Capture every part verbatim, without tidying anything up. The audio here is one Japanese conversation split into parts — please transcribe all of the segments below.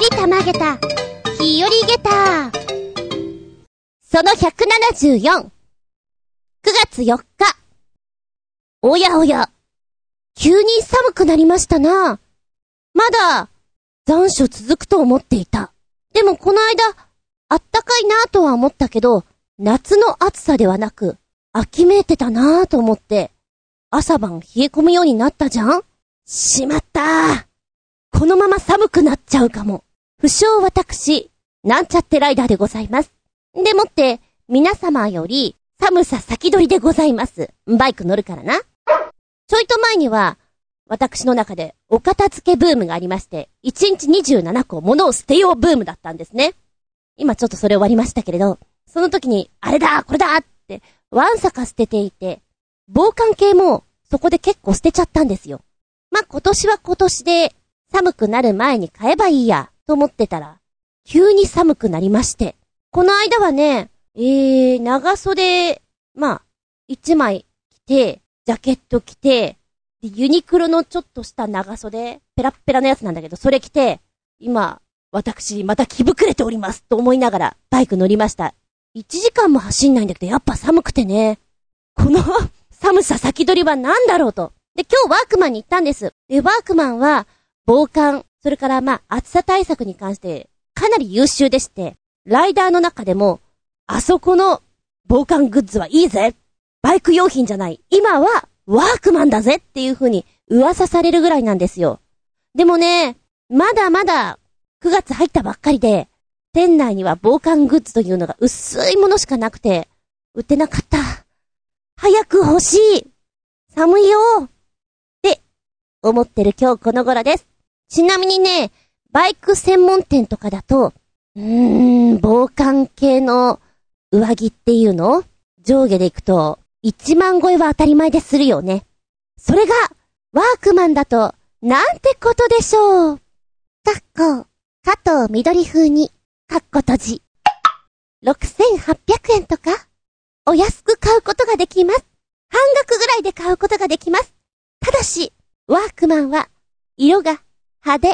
たまげた、日和げた。そのひゃくななじゅうよん。くがつよっか。おやおや、急に寒くなりましたな。まだ残暑続くと思っていた。でもこの間、あったかいなとは思ったけど、夏の暑さではなく、秋めいてたなと思って、朝晩冷え込むようになったじゃん？しまったー。このまま寒くなっちゃうかも。不詳私、なんちゃってライダーでございます。でもって、皆様より寒さ先取りでございます。バイク乗るからな。ちょいと前には、私の中でお片付けブームがありまして、いちにちにじゅうななこ物を捨てようブームだったんですね。今ちょっとそれ終わりましたけれど、その時に、あれだこれだって、わんさか捨てていて、防寒系もそこで結構捨てちゃったんですよ。まあ、今年は今年で、寒くなる前に買えばいいや、と思ってたら、急に寒くなりまして。この間はね、えー、長袖、まあ、一枚着て、ジャケット着て、でユニクロのちょっとした長袖、ペラッペラのやつなんだけど、それ着て、今、私、また気膨れております、と思いながら、バイク乗りました。いちじかんも走んないんだけど、やっぱ寒くてね。この寒さ先取りは何だろうと。で、今日ワークマンに行ったんです。で、ワークマンは、防寒、それからまあ、暑さ対策に関して、かなり優秀でして、ライダーの中でも、あそこの防寒グッズはいいぜ。バイク用品じゃない。今は、ワークマンだぜっていう風に噂されるぐらいなんですよ。でもね、まだまだくがつ入ったばっかりで、店内には防寒グッズというのが薄いものしかなくて、売ってなかった。早く欲しい。寒いよ。って思ってる今日この頃です。ちなみにね、バイク専門店とかだと、うーん、防寒系の上着っていうの？上下で行くと、いちまん超えは当たり前でするよね。それが、ワークマンだと、なんてことでしょう。かっこ、加藤緑風に、かっこ閉じ。ろくせんはっぴゃくえんとか、お安く買うことができます。半額ぐらいで買うことができます。ただし、ワークマンは、色が派手。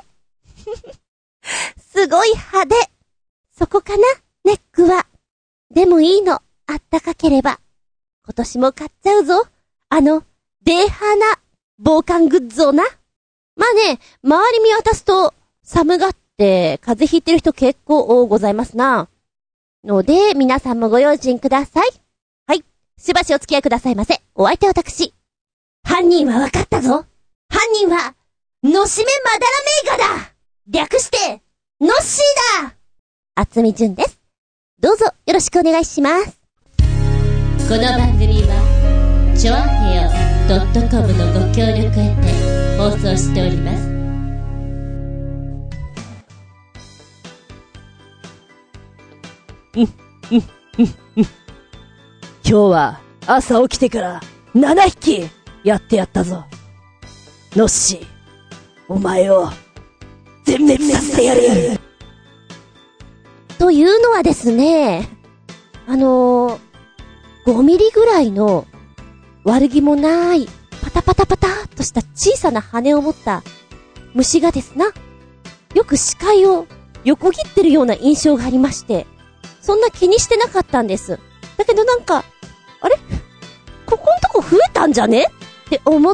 すごい派手。そこかな、ネックは。でもいいの、あったかければ。今年も買っちゃうぞ。あの、デーハーな防寒グッズをな。まあね、周り見渡すと寒がって風邪ひいてる人結構多ございますな。ので、皆さんもご用心ください。はい。しばしお付き合いくださいませ。お相手は私。犯人は分かったぞ。犯人は、のしめまだらめいがだ。略して、のっしーだ。あつみじゅんです。どうぞよろしくお願いします。 この番組はちょあへよ .com のご協力へて放送しております。 うんうんうんうん。今日は朝起きてからななひきやってやったぞ。のっしー、お前を全滅させてやる。 というのはですね、あのー、ごミリぐらいの悪気もないパタパタパタっとした小さな羽を持った虫がですな、よく視界を横切ってるような印象がありまして、そんな気にしてなかったんです。だけどなんか、あれここんとこ増えたんじゃねって思って、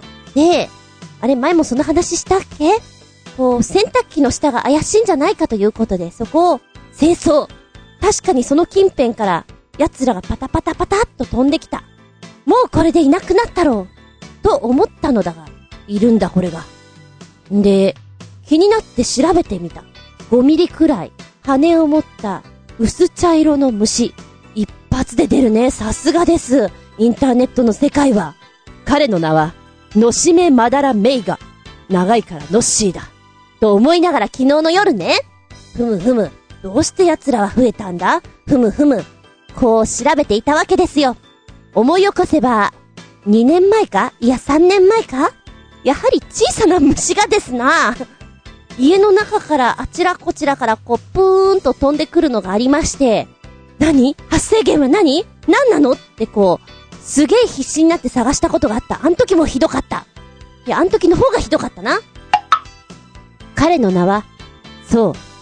あれ前もその話したっけ？こう洗濯機の下が怪しいんじゃないかということで、そこを清掃。確かにその近辺から奴らがパタパタパタっと飛んできた。もうこれでいなくなったろうと思ったのだが、いるんだこれが。で、気になって調べてみた。ごミリくらい羽を持った薄茶色の虫。一発で出るね。さすがです。インターネットの世界は。彼の名はのしめまだらめいが。長いからのっしーだと思いながら昨日の夜ね、ふむふむ、どうして奴らは増えたんだ、ふむふむ、こう調べていたわけですよ。思い起こせばにねんまえか、いやさんねんまえか、やはり小さな虫がですな、家の中からあちらこちらからこうプーンと飛んでくるのがありまして、何？発生源は何？何なのってこうすげえ必死になって探したことがあった。あの時もひどかった。いや、あの時の方がひどかったな。彼の名はそう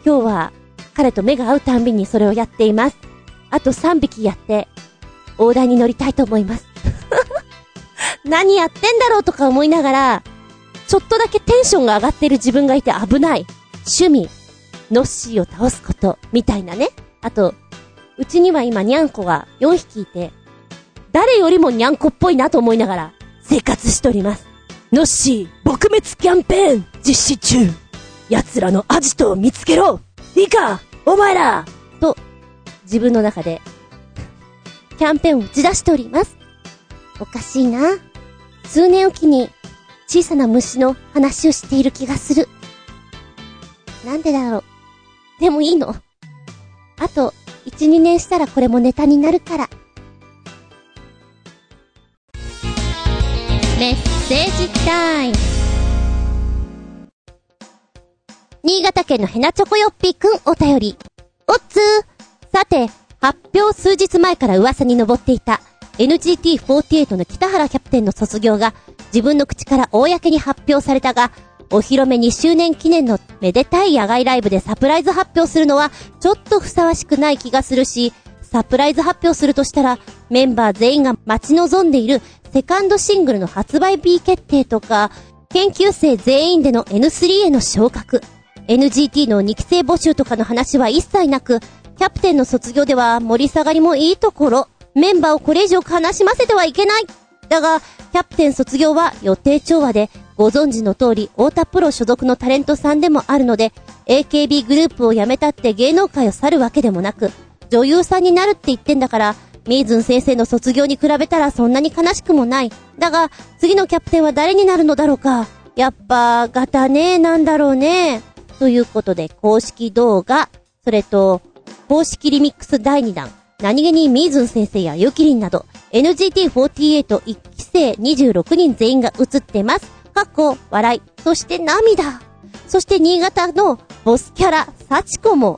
今日は彼と目が合うたんびにそれをやっています。あとさんびきやって大台に乗りたいと思います。何やってんだろうとか思いながら、ちょっとだけテンションが上がってる自分がいて危ない。趣味、ノッシーを倒すこと、みたいなね。あと、うちには今ニャンコがよんひきいて、誰よりもニャンコっぽいなと思いながら生活しております。 ノッシー、撲滅キャンペーン実施中。奴らのアジトを見つけろ。いいか、お前らと、自分の中で、キャンペーンを打ち出しております。おかしいな。数年おきに、小さな虫の話をしている気がする。なんでだろう。でもいいの。あと、いち、にねんしたらこれもネタになるから。 メッセージタイム。 新潟県のヘナチョコヨッピーくんお便り。おっつー。さて、発表数日前から噂に上っていた エヌジーティーフォーティーエイト の北原キャプテンの卒業が自分の口から公に発表されたが、お披露目にしゅうねん記念のめでたい野外ライブでサプライズ発表するのはちょっとふさわしくない気がするし、サプライズ発表するとしたらメンバー全員が待ち望んでいるセカンドシングルの発売日決定とか、研究生全員での エヌスリー への昇格、エヌジーティー のにき生募集とかの話は一切なく、キャプテンの卒業では盛り下がりもいいところ、メンバーをこれ以上悲しませてはいけない。だが、キャプテン卒業は予定調和で、ご存知の通り、太田プロ所属のタレントさんでもあるので、エーケービー グループを辞めたって芸能界を去るわけでもなく、女優さんになるって言ってんだから、ミーズン先生の卒業に比べたらそんなに悲しくもない。だが、次のキャプテンは誰になるのだろうか。やっぱ、ガタねえなんだろうね。ということで、公式動画、それと、公式リミックスだいにだん、何気にミーズン先生やユキリンなど、エヌジーティーフォーティーエイトいっき生にじゅうろくにん全員が映ってます。かっこ、笑い、そして涙。そして新潟のボスキャラ、幸子も。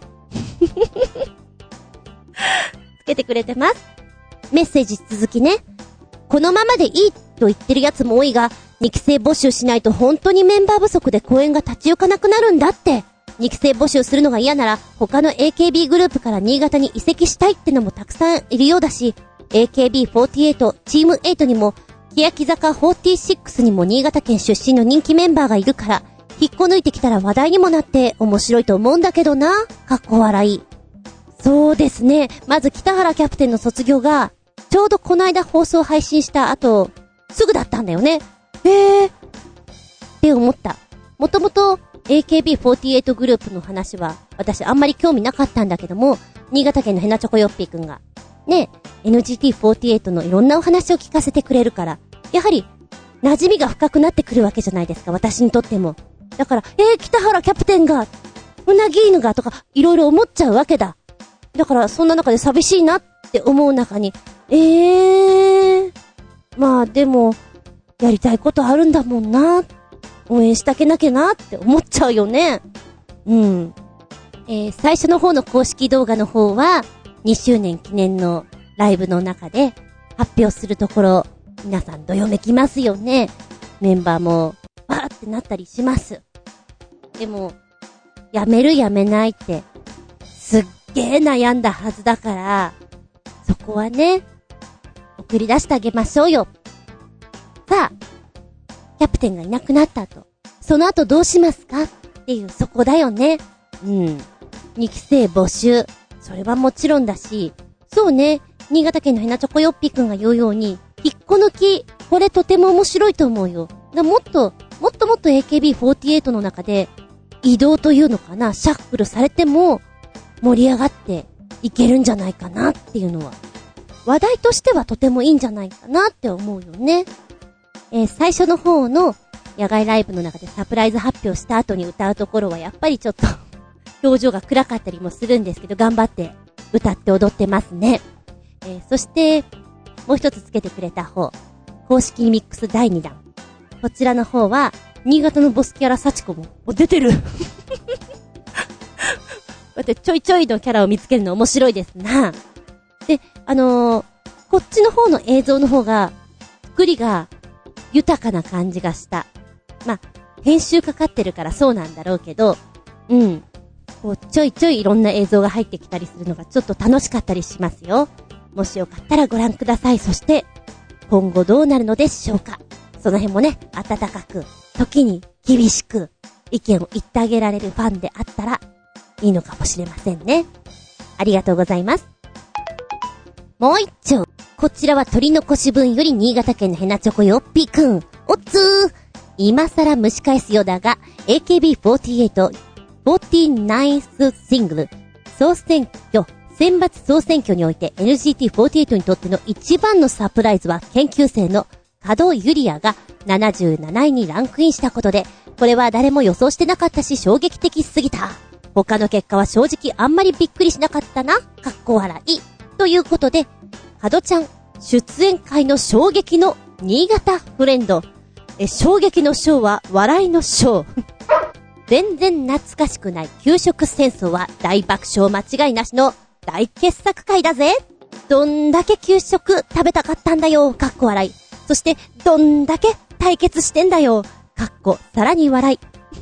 つけてくれてます。メッセージ続きね。このままでいいと言ってるやつも多いが、にき生募集しないと本当にメンバー不足で公演が立ち行かなくなるんだって。にき生募集するのが嫌なら、他の エーケービー グループから新潟に移籍したいってのもたくさんいるようだし、エーケービーフォーティーエイト、チームエイトにも、欅坂フォーティーシックスにも新潟県出身の人気メンバーがいるから、引っこ抜いてきたら話題にもなって面白いと思うんだけどな。かっこ笑い。そうですね。まず北原キャプテンの卒業が、ちょうどこの間放送配信した後、すぐだったんだよね。へー。って思った。もともと エーケービーフォーティーエイト グループの話は、私あんまり興味なかったんだけども、新潟県のヘナチョコヨッピーくんが、ね、エヌジーティーフォーティーエイト のいろんなお話を聞かせてくれるから、やはり、馴染みが深くなってくるわけじゃないですか、私にとっても。だから、えー、北原キャプテンが、うなぎ犬がとか、いろいろ思っちゃうわけだ。だから、そんな中で寂しいなって思う中に、えー、まあでも、やりたいことあるんだもんな。応援してあげなきゃなって思っちゃうよね。うん。えー、最初の方の公式動画の方は、にしゅうねん記念のライブの中で発表するところ、皆さんどよめきますよね。メンバーもバーってなったりします。でも、やめるやめないってすっげー悩んだはずだから、そこはね、送り出してあげましょうよ。さあ、キャプテンがいなくなった後、その後どうしますかっていうそこだよね。うん。にき生募集。それはもちろんだし、そうね、新潟県のヘナチョコヨッピーくんが言うように、引っこ抜き、これとても面白いと思うよ。だもっと、もっともっと エーケービーフォーティーエイト の中で、移動というのかな、シャッフルされても、盛り上がっていけるんじゃないかなっていうのは、話題としてはとてもいいんじゃないかなって思うよね。えー、最初の方の野外ライブの中でサプライズ発表した後に歌うところはやっぱりちょっと、表情が暗かったりもするんですけど、頑張って歌って踊ってますね。えー、そして、もう一つつけてくれた方、公式ミックスだいにだん。こちらの方は、新潟のボスキャラ幸子も、お、出てるだってちょいちょいのキャラを見つけるの面白いですな。で、あのー、こっちの方の映像の方が、作りが豊かな感じがした。まあ、編集かかってるからそうなんだろうけど、うん。 こう、ちょいちょいいろんな映像が入ってきたりするのがちょっと楽しかったりしますよ。もしよかったらご覧ください。そして、今後どうなるのでしょうか。その辺もね、温かく、時に厳しく、意見を言ってあげられるファンであったら、いいのかもしれませんね。ありがとうございます。もう一丁。こちらは取り残し分より新潟県のヘナチョコヨッピーくん。おつー。今更蒸し返すようだが、エーケービーフォーティーエイト、フォーティーナインス シングル、総選挙、選抜総選挙において エヌジーティーフォーティーエイト にとっての一番のサプライズは研究生の門ゆりあがななじゅうなないにランクインしたことで、これは誰も予想してなかったし衝撃的すぎた。他の結果は正直あんまりびっくりしなかったな、かっこ笑い。ということで、門ちゃん出演会の衝撃の新潟フレンド。え、衝撃のショーは笑いのショー。全然懐かしくない給食戦争は大爆笑間違いなしの大傑作会だぜ。どんだけ給食食べたかったんだよ、かっこ笑い。そしてどんだけ対決してんだよ、かっこさらに笑い。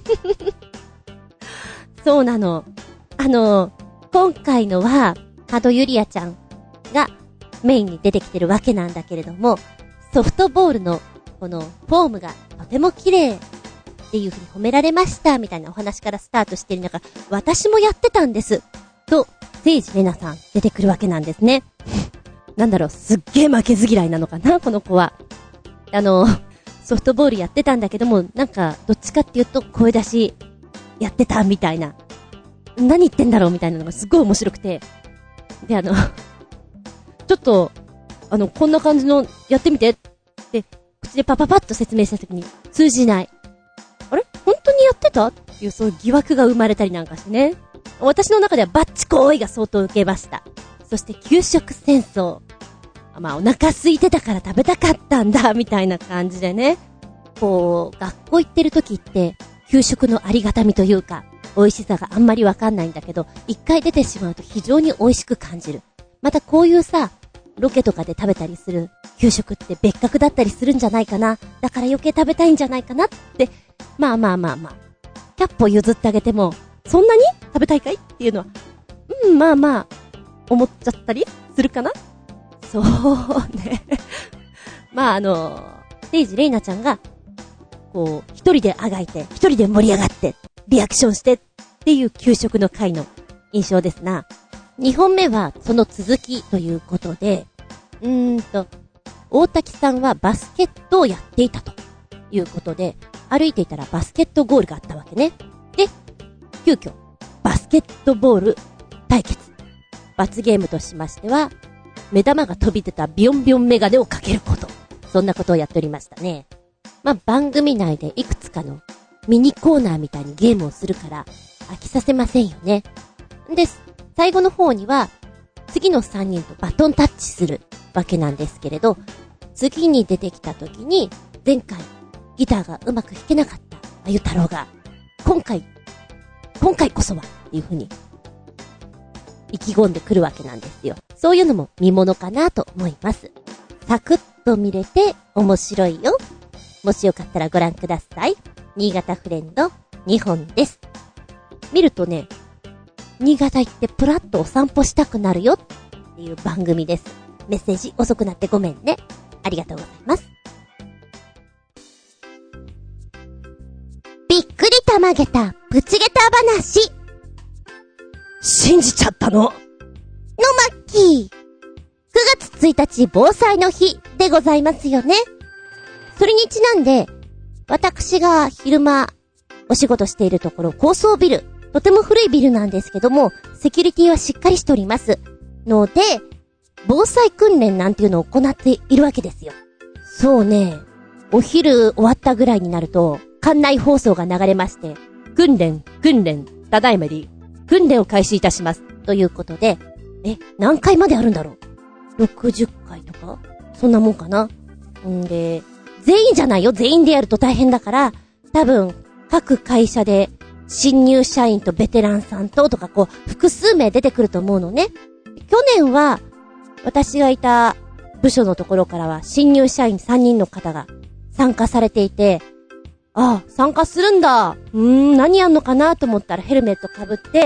そうなの。あの、今回のは門ゆりあちゃんがメインに出てきてるわけなんだけれども、ソフトボールのこのフォームがとても綺麗っていう風に褒められましたみたいなお話からスタートしてる中、私もやってたんですと聖司レナさん出てくるわけなんですね。なんだろう、すっげー負けず嫌いなのかな、この子は。あのソフトボールやってたんだけども、なんかどっちかっていうと声出しやってたみたいな、何言ってんだろうみたいなのがすごい面白くて、であのちょっとあのこんな感じのやってみてって口でパパパッと説明したときに通じない。あれ本当にやってたっていうそういう疑惑が生まれたりなんかしてね。私の中ではバッチコーイが相当受けました。そして給食戦争。まあお腹空いてたから食べたかったんだみたいな感じでね。こう学校行ってる時って給食のありがたみというか美味しさがあんまりわかんないんだけど、一回出てしまうと非常に美味しく感じる。またこういうさ、ロケとかで食べたりする給食って別格だったりするんじゃないかな。だから余計食べたいんじゃないかなって、まあまあまあまあ、ひゃっぽ譲ってあげても、そんなに食べたいかいっていうのは、うん、まあまあ、思っちゃったりするかな。そうね。まああの、聖司レイナちゃんが、こう、一人であがいて、一人で盛り上がって、リアクションしてっていう給食の回の印象ですな。二本目はその続きということで、うーんと、大滝さんはバスケットをやっていたということで、歩いていたらバスケットゴールがあったわけね。で、急遽、バスケットボール対決。罰ゲームとしましては、目玉が飛び出たビヨンビヨンメガネをかけること。そんなことをやっておりましたね。まあ、番組内でいくつかのミニコーナーみたいにゲームをするから飽きさせませんよね。です。最後の方には次のさんにんとバトンタッチするわけなんですけれど、次に出てきた時に前回ギターがうまく弾けなかったあゆ太郎が今回今回こそはっていう風に意気込んでくるわけなんですよ。そういうのも見ものかなと思います。サクッと見れて面白いよ。もしよかったらご覧ください。新潟フレンドにほんです。見るとね、新潟行ってプラッとお散歩したくなるよっていう番組です。メッセージ遅くなってごめんね。ありがとうございます。びっくりたまげたプチゲタ話。 信じちゃったの。 のマッキー。くがつついたち防災の日でございますよね。それにちなんで、私が昼間お仕事しているところ高層ビル、とても古いビルなんですけども、セキュリティはしっかりしておりますので、防災訓練なんていうのを行っているわけですよ。そうね、お昼終わったぐらいになると館内放送が流れまして、訓練訓練ただいまに訓練を開始いたしますということで、え、何回まであるんだろう、ろくじゅっかいとかそんなもんかな。んで全員じゃないよ、全員でやると大変だから、多分各会社で新入社員とベテランさんととかこう複数名出てくると思うのね。去年は私がいた部署のところからは新入社員さんにんの方が参加されていて、ああ参加するんだ、うーん何やんのかなと思ったらヘルメット被って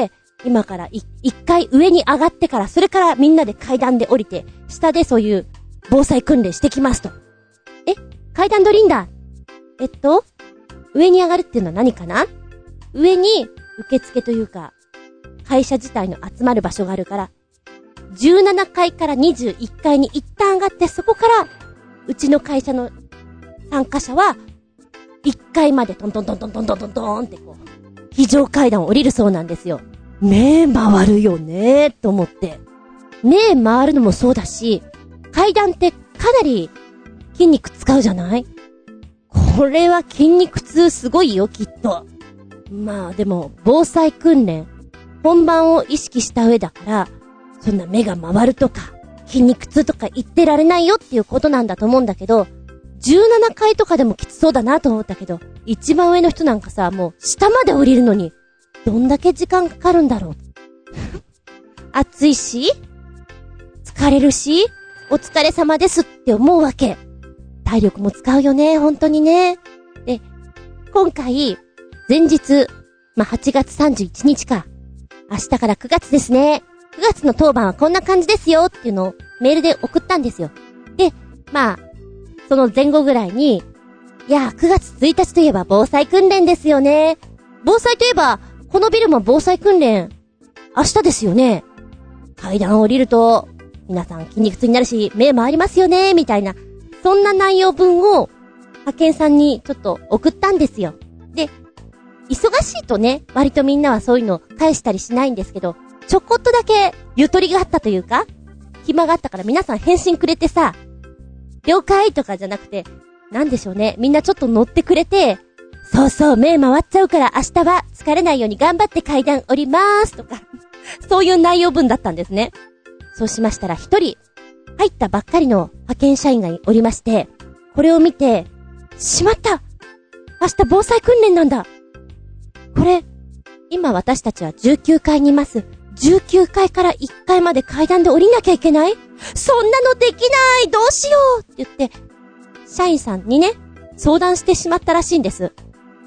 今からい一回上に上がってから、それからみんなで階段で降りて、下でそういう防災訓練してきますと。え、階段取りんだ。えっと、上に上がるっていうのは何かな？上に受付というか、会社自体の集まる場所があるから、じゅうななかいからにじゅういっかいに一旦上がって、そこから、うちの会社の参加者は、いっかいまでトントントントントントントントンってこう、非常階段を降りるそうなんですよ。目回るよねーと思って。目回るのもそうだし、階段ってかなり筋肉使うじゃない？これは筋肉痛すごいよ、きっと。まあでも、防災訓練、本番を意識した上だから、そんな目が回るとか、筋肉痛とか言ってられないよっていうことなんだと思うんだけど、じゅうななかいとかでもきつそうだなと思ったけど、一番上の人なんかさ、もう下まで降りるのに、どんだけ時間かかるんだろう。暑いし、疲れるし、お疲れ様ですって思うわけ。体力も使うよね、本当にね。で、今回、前日、まあ、はちがつさんじゅういちにちか。明日からくがつですね。くがつの当番はこんな感じですよっていうのをメールで送ったんですよ。で、まあ、その前後ぐらいに、いや、くがつついたちといえば防災訓練ですよね。防災といえば、このビルも防災訓練、明日ですよね。階段を降りると、皆さん筋肉痛になるし、目回りますよね、みたいな、そんな内容文を、派遣さんにちょっと送ったんですよ。で、忙しいとね、割とみんなはそういうの返したりしないんですけど、ちょこっとだけゆとりがあったというか、暇があったから皆さん返信くれてさ、了解とかじゃなくて、なんでしょうね、みんなちょっと乗ってくれて、そうそう、目回っちゃうから明日は疲れないように頑張って階段降りまーすとか、そういう内容文だったんですね。そうしましたら一人、入ったばっかりの派遣社員がおりまして、これを見て、しまった！明日防災訓練なんだ！これ、今私たちはじゅうきゅうかいにいます。じゅうきゅうかいからいっかいまで階段で降りなきゃいけない？そんなのできない！どうしようって言って、社員さんにね、相談してしまったらしいんです。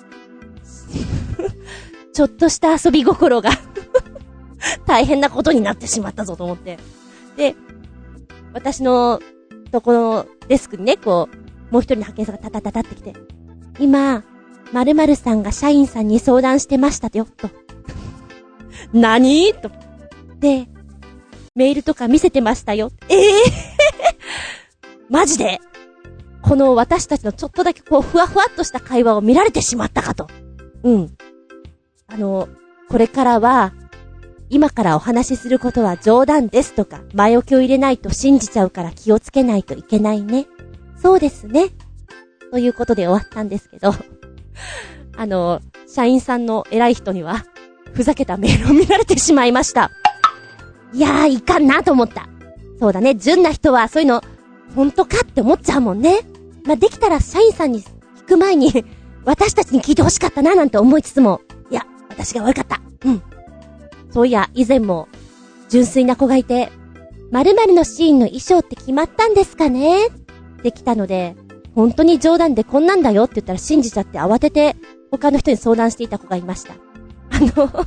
ちょっとした遊び心が大変なことになってしまったぞと思って。で、私のとこのデスクにね、こう、もう一人の派遣さんがタタタタってきて、今、〇〇さんが社員さんに相談してましたよ、と。何？と。で、メールとか見せてましたよ。えぇ、ー、マジでこの私たちのちょっとだけこう、ふわふわっとした会話を見られてしまったかと。うん。あの、これからは、今からお話しすることは冗談ですとか、前置きを入れないと信じちゃうから気をつけないといけないね。そうですね。ということで終わったんですけど、あの、社員さんの偉い人には、ふざけたメールを見られてしまいました。いやー、いかんなと思った。そうだね、純な人はそういうの、本当かって思っちゃうもんね。まあ、できたら社員さんに聞く前に、私たちに聞いてほしかったななんて思いつつも、いや、私が悪かった。うん。そういや、以前も、純粋な子がいて、〇〇のシーンの衣装って決まったんですかねって来たので、本当に冗談でこんなんだよって言ったら信じちゃって慌てて、他の人に相談していた子がいました。あの、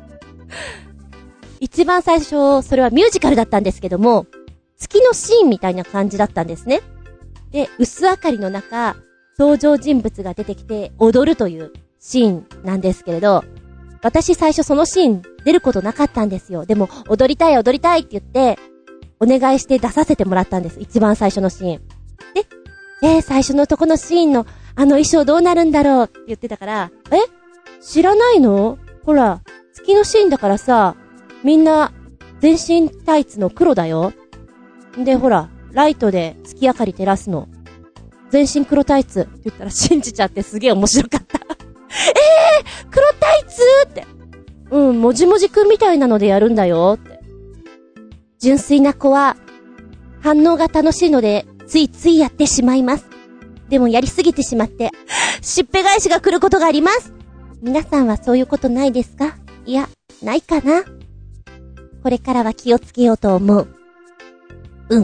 一番最初、それはミュージカルだったんですけども、月のシーンみたいな感じだったんですね。で、薄明かりの中、登場人物が出てきて踊るというシーンなんですけれど、私最初そのシーン出ることなかったんですよ。でも、踊りたい踊りたいって言って、お願いして出させてもらったんです。一番最初のシーン。で、えー、最初のとこのシーンのあの衣装どうなるんだろうって言ってたから、え？知らないの？ほら、月のシーンだからさ、みんな全身タイツの黒だよ。で、ほら、ライトで月明かり照らすの。全身黒タイツって言ったら信じちゃってすげえ面白かった。えー、黒タイツって。うん、もじもじくんみたいなのでやるんだよって。純粋な子は反応が楽しいのでついついやってしまいます。でもやりすぎてしまってしっぺ返しが来ることがあります。皆さんはそういうことないですか？いや、ないかな。これからは気をつけようと思う。うん。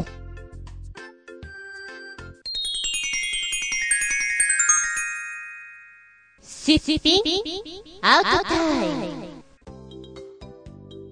シッピンアウトタイム。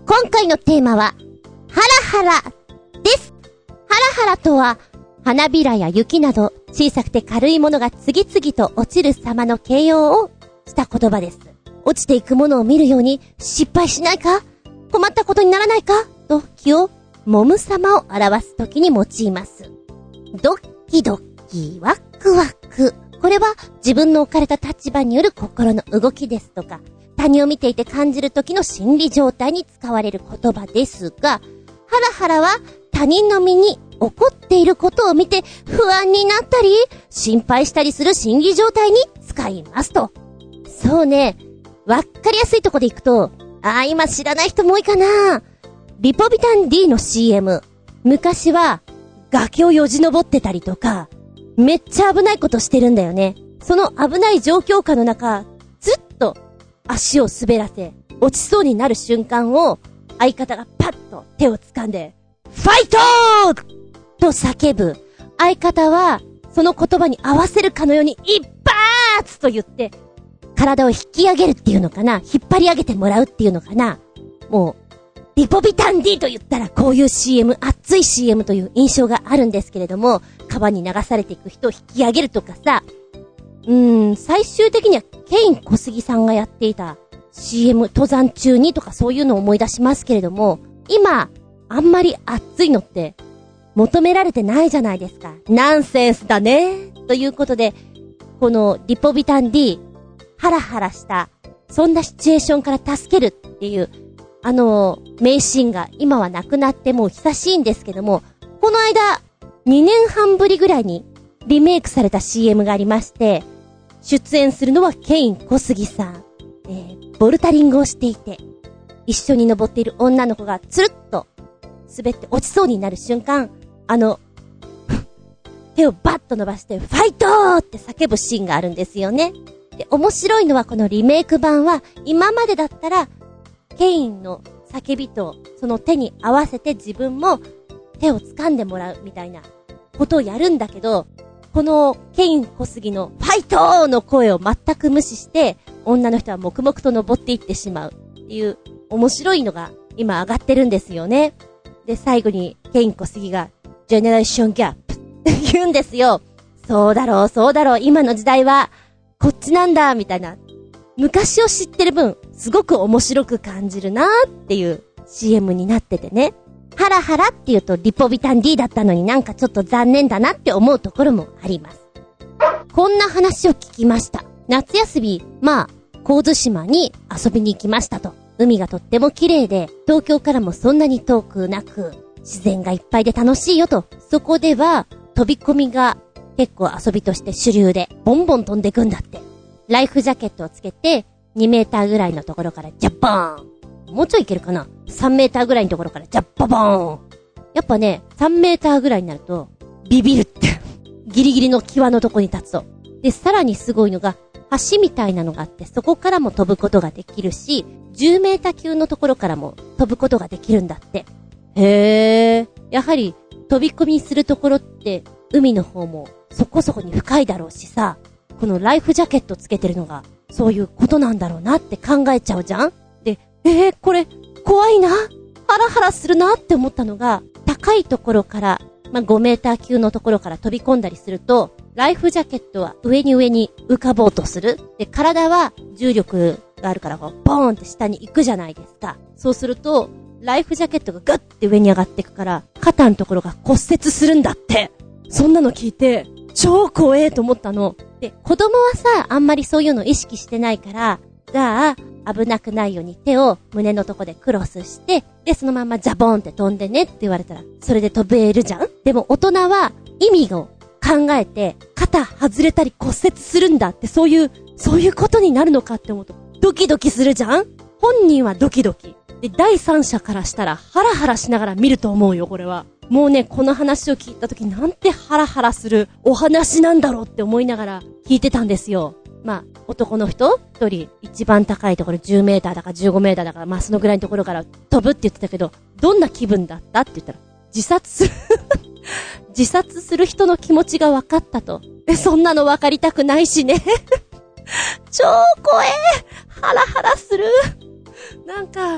今回のテーマは、ハラハラです。ハラハラとは、花びらや雪など小さくて軽いものが次々と落ちる様の形容をした言葉です。落ちていくものを見るように失敗しないか、困ったことにならないかと気を揉む様を表すときに用います。ドッキドッキワクワク。これは自分の置かれた立場による心の動きですとか、他人を見ていて感じるときの心理状態に使われる言葉ですが、ハラハラは他人の身に起こっていることを見て不安になったり心配したりする心理状態に使いますと。そうね、わっかりやすいとこでいくと、あー今知らない人も多いかな。リポビタン D の シーエム。昔は崖をよじ登ってたりとか、めっちゃ危ないことしてるんだよね。その危ない状況下の中、ずっと足を滑らせ、落ちそうになる瞬間を相方がパッと手を掴んで、ファイトーと叫ぶ。相方はその言葉に合わせるかのように一発と言って体を引き上げるっていうのかな、引っ張り上げてもらうっていうのかな。もうリポビタン D と言ったらこういう シーエム、熱い シーエム という印象があるんですけれども、川に流されていく人を引き上げるとかさ、うーん、最終的にはケイン小杉さんがやっていた シーエム 登山中にとかそういうのを思い出しますけれども、今あんまり熱いのって求められてないじゃないですか。ナンセンスだね。ということで、このリポビタン D、ハラハラしたそんなシチュエーションから助けるっていうあの名シーンが今はなくなってもう久しいんですけども、この間にねんはんぶりぐらいにリメイクされた シーエム がありまして、出演するのはケイン小杉さん、えー、ボルタリングをしていて一緒に登っている女の子がつるっと滑って落ちそうになる瞬間、あの手をバッと伸ばしてファイトーって叫ぶシーンがあるんですよね。で、面白いのはこのリメイク版は今までだったらケインの叫びとその手に合わせて自分も手を掴んでもらうみたいなことをやるんだけど、このケイン小杉のファイトーの声を全く無視して女の人は黙々と登っていってしまうっていう面白いのが今上がってるんですよね。で、最後にケイン小杉がジェネレーションギャップって言うんですよ。そうだろうそうだろう、今の時代はこっちなんだみたいな、昔を知ってる分すごく面白く感じるなーっていう シーエム になっててね。ハラハラって言うとリポビタン D だったのになんかちょっと残念だなって思うところもあります。こんな話を聞きました。夏休み、まあ神津島に遊びに行きましたと。海がとっても綺麗で東京からもそんなに遠くなく自然がいっぱいで楽しいよと。そこでは飛び込みが結構遊びとして主流でボンボン飛んでくんだって。ライフジャケットをつけてにメーターぐらいのところからジャッバーン、もうちょいいけるかな、さんメーターぐらいのところからジャッババーン。やっぱねさんメーターぐらいになるとビビるってギリギリの際のとこに立つと。で、さらにすごいのが橋みたいなのがあって、そこからも飛ぶことができるし、じゅうメーター級のところからも飛ぶことができるんだって。へー、やはり飛び込みするところって海の方もそこそこに深いだろうしさ、このライフジャケットつけてるのがそういうことなんだろうなって考えちゃうじゃん。で、えー、これ怖いな、ハラハラするなって思ったのが、高いところから、まあ、ごメーター級のところから飛び込んだりすると、ライフジャケットは上に上に浮かぼうとする。で、体は重力があるからこうボーンって下に行くじゃないですか。そうするとライフジャケットがグッて上に上がっていくから肩のところが骨折するんだって。そんなの聞いて超怖えと思ったの。で、子供はさ、あんまりそういうの意識してないから、じゃあ危なくないように手を胸のとこでクロスして、でそのままジャボンって飛んでねって言われたらそれで飛べるじゃん。でも大人は意味を考えて肩外れたり骨折するんだって、そういうそういうことになるのかって思うとドキドキするじゃん。本人はドキドキで、第三者からしたらハラハラしながら見ると思うよ。これはもうね、この話を聞いた時なんてハラハラするお話なんだろうって思いながら聞いてたんですよ。まあ男の人一人一番高いところじゅうメーターだかじゅうごメーターだか、まあそのぐらいのところから飛ぶって言ってたけど、どんな気分だったって言ったら自殺する自殺する人の気持ちが分かったと。え、そんなの分かりたくないしね超怖え、ハラハラする。なんか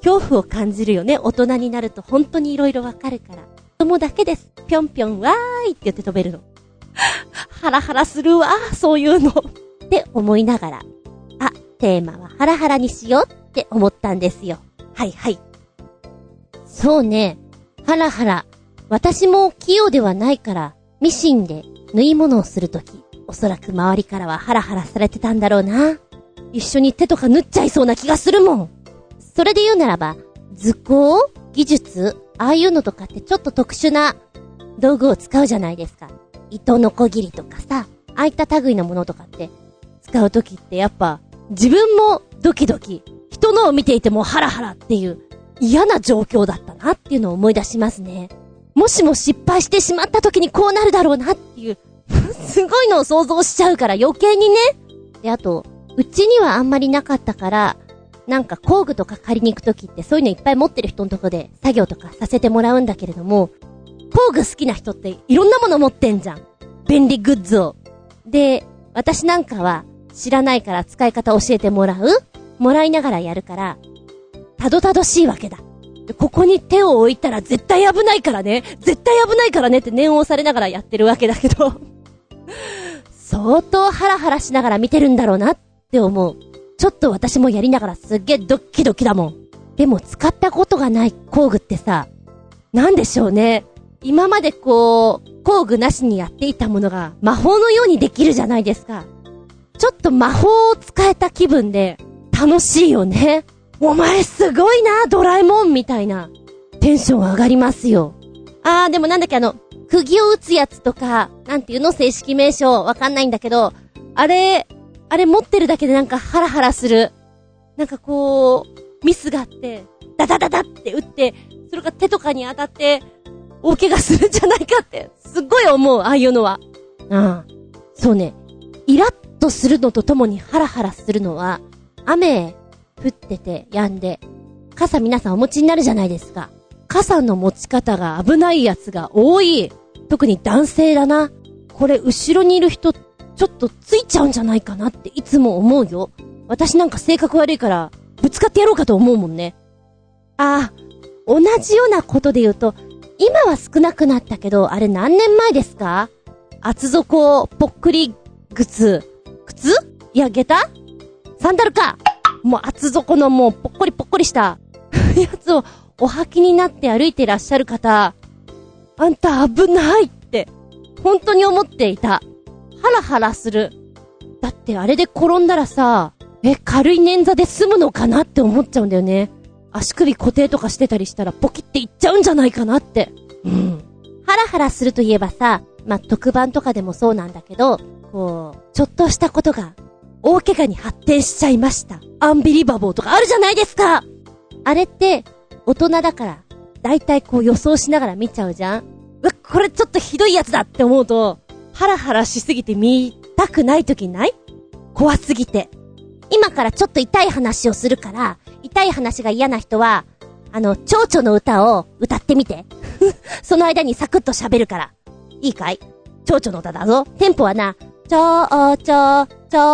恐怖を感じるよね。大人になると本当に色々わかるから。子供だけです。ぴょんぴょんわーいって言って飛べるの。ハラハラするわー、そういうの。って思いながら、あ、テーマはハラハラにしようって思ったんですよ。はいはい。そうね、ハラハラ。私も器用ではないから、ミシンで縫い物をするとき、おそらく周りからはハラハラされてたんだろうな。一緒に手とか縫っちゃいそうな気がするもん。それで言うならば、図工技術ああいうのとかってちょっと特殊な道具を使うじゃないですか。糸のこぎりとかさ、ああいった類のものとかって使うときってやっぱ自分もドキドキ、人のを見ていてもハラハラっていう嫌な状況だったなっていうのを思い出しますね。もしも失敗してしまったときにこうなるだろうなっていうすごいのを想像しちゃうから余計にね。で、あとうちにはあんまりなかったから、なんか工具とか借りに行くときってそういうのいっぱい持ってる人のとこで作業とかさせてもらうんだけれども、工具好きな人っていろんなもの持ってんじゃん。便利グッズを。で、私なんかは知らないから使い方教えてもらう？もらいながらやるから、たどたどしいわけだ。で、ここに手を置いたら絶対危ないからね。絶対危ないからねって念を押されながらやってるわけだけど。相当ハラハラしながら見てるんだろうなって思う。ちょっと私もやりながらすっげえドッキドキだもん。でも使ったことがない工具ってさ、なんでしょうね。今までこう、工具なしにやっていたものが魔法のようにできるじゃないですか。ちょっと魔法を使えた気分で楽しいよね。お前すごいな、ドラえもんみたいな。テンション上がりますよ。あー、でもなんだっけあの、釘を打つやつとか、なんていうの正式名称わかんないんだけど、あれ、あれ持ってるだけでなんかハラハラする。なんかこう、ミスがあって、ダダダダって打って、それが手とかに当たって、大怪我するんじゃないかって、すっごい思う、ああいうのは。うん。そうね。イラッとするのとともにハラハラするのは、雨降ってて止んで、傘皆さんお持ちになるじゃないですか。傘の持ち方が危ないやつが多い。特に男性だな。これ後ろにいる人、ちょっとついちゃうんじゃないかなっていつも思うよ。私なんか性格悪いからぶつかってやろうかと思うもんね。ああ、同じようなことで言うと、今は少なくなったけど、あれ何年前ですか？厚底ぽっくり靴、靴？いや下駄？サンダルか。もう厚底のもうぽっこりぽっこりしたやつをお履きになって歩いていらっしゃる方、あんた危ないって本当に思っていた。ハラハラする。だってあれで転んだらさ、え、軽い捻挫で済むのかなって思っちゃうんだよね。足首固定とかしてたりしたらポキっていっちゃうんじゃないかなって。うん。ハラハラするといえばさ、まあ、特番とかでもそうなんだけど、こう、ちょっとしたことが大怪我に発展しちゃいました。アンビリバボーとかあるじゃないですか。あれって大人だから、だいたいこう予想しながら見ちゃうじゃん。うわ、これちょっとひどいやつだって思うと、ハラハラしすぎて見たくないときない？怖すぎて。今からちょっと痛い話をするから、痛い話が嫌な人は、あの、蝶々の歌を歌ってみて。その間にサクッと喋るから。いいかい？蝶々の歌だぞ。テンポはな、蝶々、蝶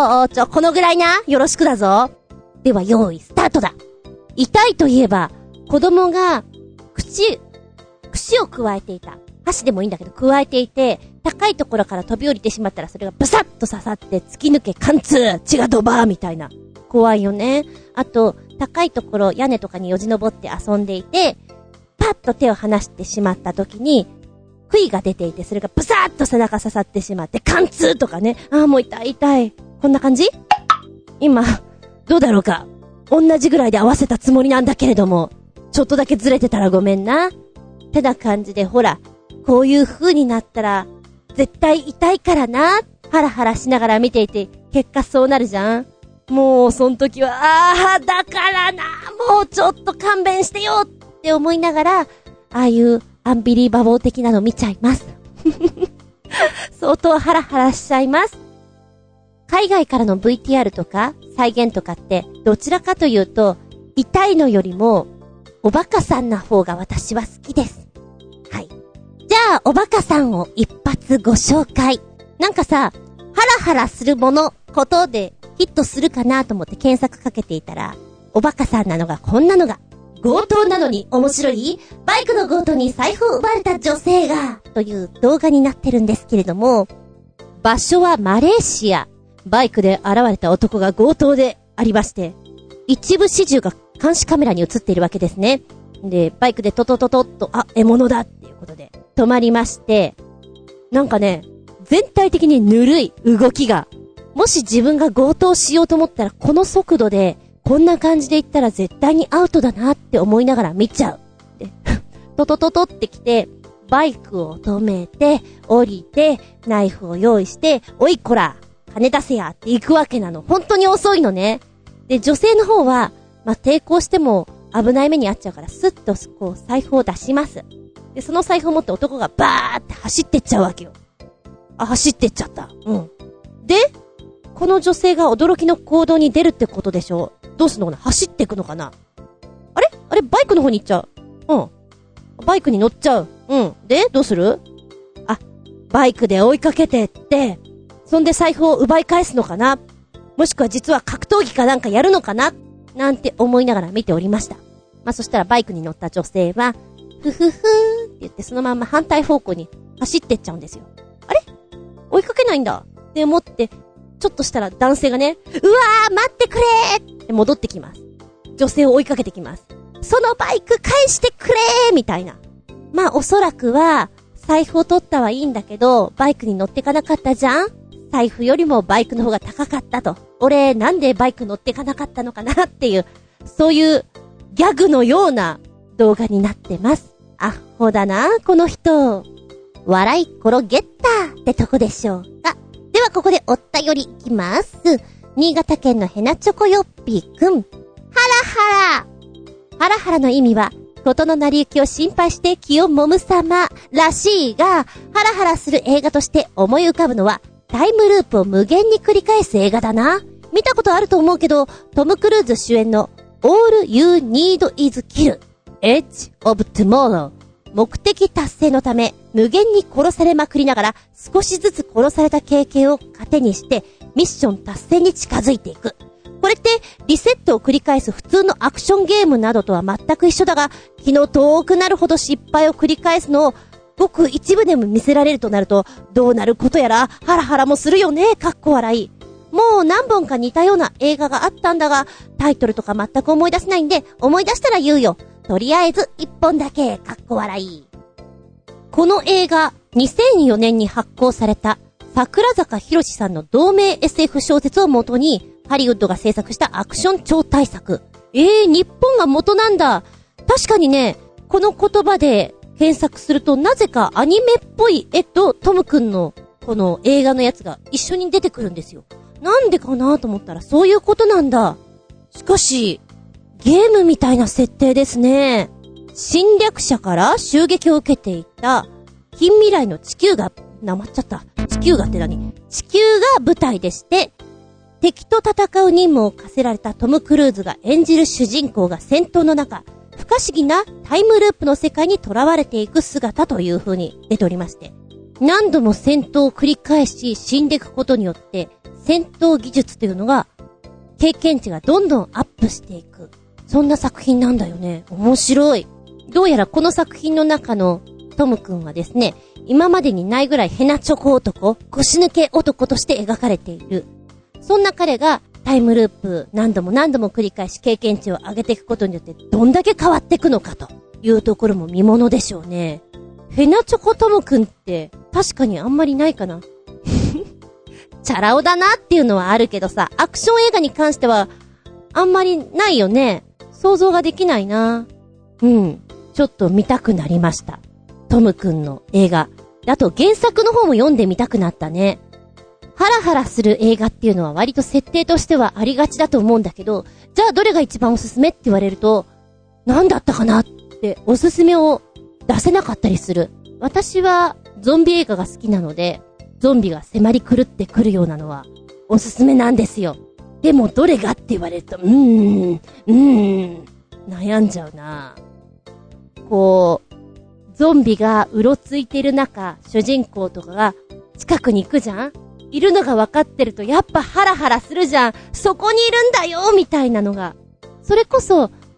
々、このぐらいな。よろしくだぞ。では用意スタートだ。痛いといえば、子供が、口、串を加えていた。箸でもいいんだけど、加えていて、高いところから飛び降りてしまったらそれがブサッと刺さって突き抜け貫通、血がドバーみたいな。怖いよね。あと、高いところ、屋根とかによじ登って遊んでいて、パッと手を離してしまった時に、杭が出ていて、それがブサッと背中刺さってしまって、貫通とかね。ああ、もう痛い痛い。こんな感じ？今、どうだろうか。同じぐらいで合わせたつもりなんだけれども、ちょっとだけずれてたらごめんな。ってな感じで、ほら、こういう風になったら、絶対痛いからな。ハラハラしながら見ていて、結果そうなるじゃん。もう、その時は、ああ、だからな、もうちょっと勘弁してよって思いながら、ああいうアンビリーバボー的なの見ちゃいます。相当ハラハラしちゃいます。海外からの ブイティーアール とか再現とかってどちらかというと痛いのよりもおバカさんな方が私は好きです。はい。じゃあおバカさんを一発ご紹介。なんかさ、ハラハラするものことでヒットするかなと思って検索かけていたら、おバカさんなのがこんなのが強盗なのに面白いバイクの強盗に財布を奪われた女性がという動画になってるんですけれども、場所はマレーシア。バイクで現れた男が強盗でありまして、一部始終が監視カメラに映っているわけですね。で、バイクでトトトトッと、あ、獲物だっていうことで止まりまして、なんかね、全体的にぬるい動きが、もし自分が強盗しようと思ったらこの速度でこんな感じで行ったら絶対にアウトだなって思いながら見ちゃう。で、トトトトって来て、バイクを止めて、降りて、ナイフを用意して、おいこら、金出せやって行くわけなの。本当に遅いのね。で、女性の方は、まあ、抵抗しても危ない目に遭っちゃうから、スッとこう財布を出します。で、その財布を持って男がバーって走ってっちゃうわけよ。あ、走ってっちゃった。うん。で、この女性が驚きの行動に出るってことでしょ。どうすんのかな、走っていくのかな。あれあれバイクの方に行っちゃう。うん。バイクに乗っちゃう。うん。で、どうする？あ、バイクで追いかけてって、そんで財布を奪い返すのかな、もしくは実は格闘技かなんかやるのかななんて思いながら見ておりました。まあ、そしたらバイクに乗った女性は、ふふふーって言ってそのまま反対方向に走ってっちゃうんですよ。あれ追いかけないんだって思って、ちょっとしたら男性がね、うわー待ってくれーって戻ってきます。女性を追いかけてきます。そのバイク返してくれーみたいな。まあおそらくは、財布を取ったはいいんだけど、バイクに乗ってかなかったじゃん？財布よりもバイクの方が高かったと。俺なんでバイク乗ってかなかったのかなっていう、そういうギャグのような動画になってます。アホだなこの人。笑い転げったってとこでしょうか。ではここでお便りいきます。新潟県のヘナチョコヨッピーくん。ハラハラ。ハラハラの意味は、ことの成り行きを心配して気を揉む様らしいが、ハラハラする映画として思い浮かぶのは、タイムループを無限に繰り返す映画だな。見たことあると思うけど、トム・クルーズ主演の All You Need Is Kill Edge of Tomorrow。目的達成のため無限に殺されまくりながら少しずつ殺された経験を糧にしてミッション達成に近づいていく。これってリセットを繰り返す普通のアクションゲームなどとは全く一緒だが、気の遠くなるほど失敗を繰り返すのをごく一部でも見せられるとなると、どうなることやらハラハラもするよね。かっこ笑い。もう何本か似たような映画があったんだが、タイトルとか全く思い出せないんで、思い出したら言うよ。とりあえず一本だけかっこ笑い。この映画にせんよねんに発行された桜坂博さんの同名 エスエフ 小説を元にハリウッドが制作したアクション超大作。えー、日本が元なんだ。確かにね、この言葉で検索するとなぜかアニメっぽい絵とトムくんのこの映画のやつが一緒に出てくるんですよ。なんでかなと思ったらそういうことなんだ。しかしゲームみたいな設定ですね。侵略者から襲撃を受けていた近未来の地球が、なまっちゃった。地球がって何？地球が舞台でして、敵と戦う任務を課せられたトム・クルーズが演じる主人公が戦闘の中、不可思議なタイムループの世界に囚われていく姿という風に出ておりまして、何度も戦闘を繰り返し死んでいくことによって、戦闘技術というのが、経験値がどんどんアップしていく。そんな作品なんだよね。面白い。どうやらこの作品の中のトムくんはですね、今までにないぐらいヘナチョコ男、腰抜け男として描かれている。そんな彼がタイムループ何度も何度も繰り返し経験値を上げていくことによってどんだけ変わっていくのかというところも見ものでしょうね。ヘナチョコトムくんって確かにあんまりないかな。チャラ男だなっていうのはあるけどさ、アクション映画に関してはあんまりないよね。想像ができないな。うん。ちょっと見たくなりました。トムくんの映画。あと原作の方も読んでみたくなったね。ハラハラする映画っていうのは割と設定としてはありがちだと思うんだけど、じゃあどれが一番おすすめって言われると、なんだったかなっておすすめを出せなかったりする。私はゾンビ映画が好きなので、ゾンビが迫り狂ってくるようなのはおすすめなんですよ。でもどれがって言われると、うーん、うーん、悩んじゃうな。こう、ゾンビがうろついてる中、主人公とかが近くに行くじゃん？いるのが分かってるとやっぱハラハラするじゃん。そこにいるんだよみたいなのが。それこそ、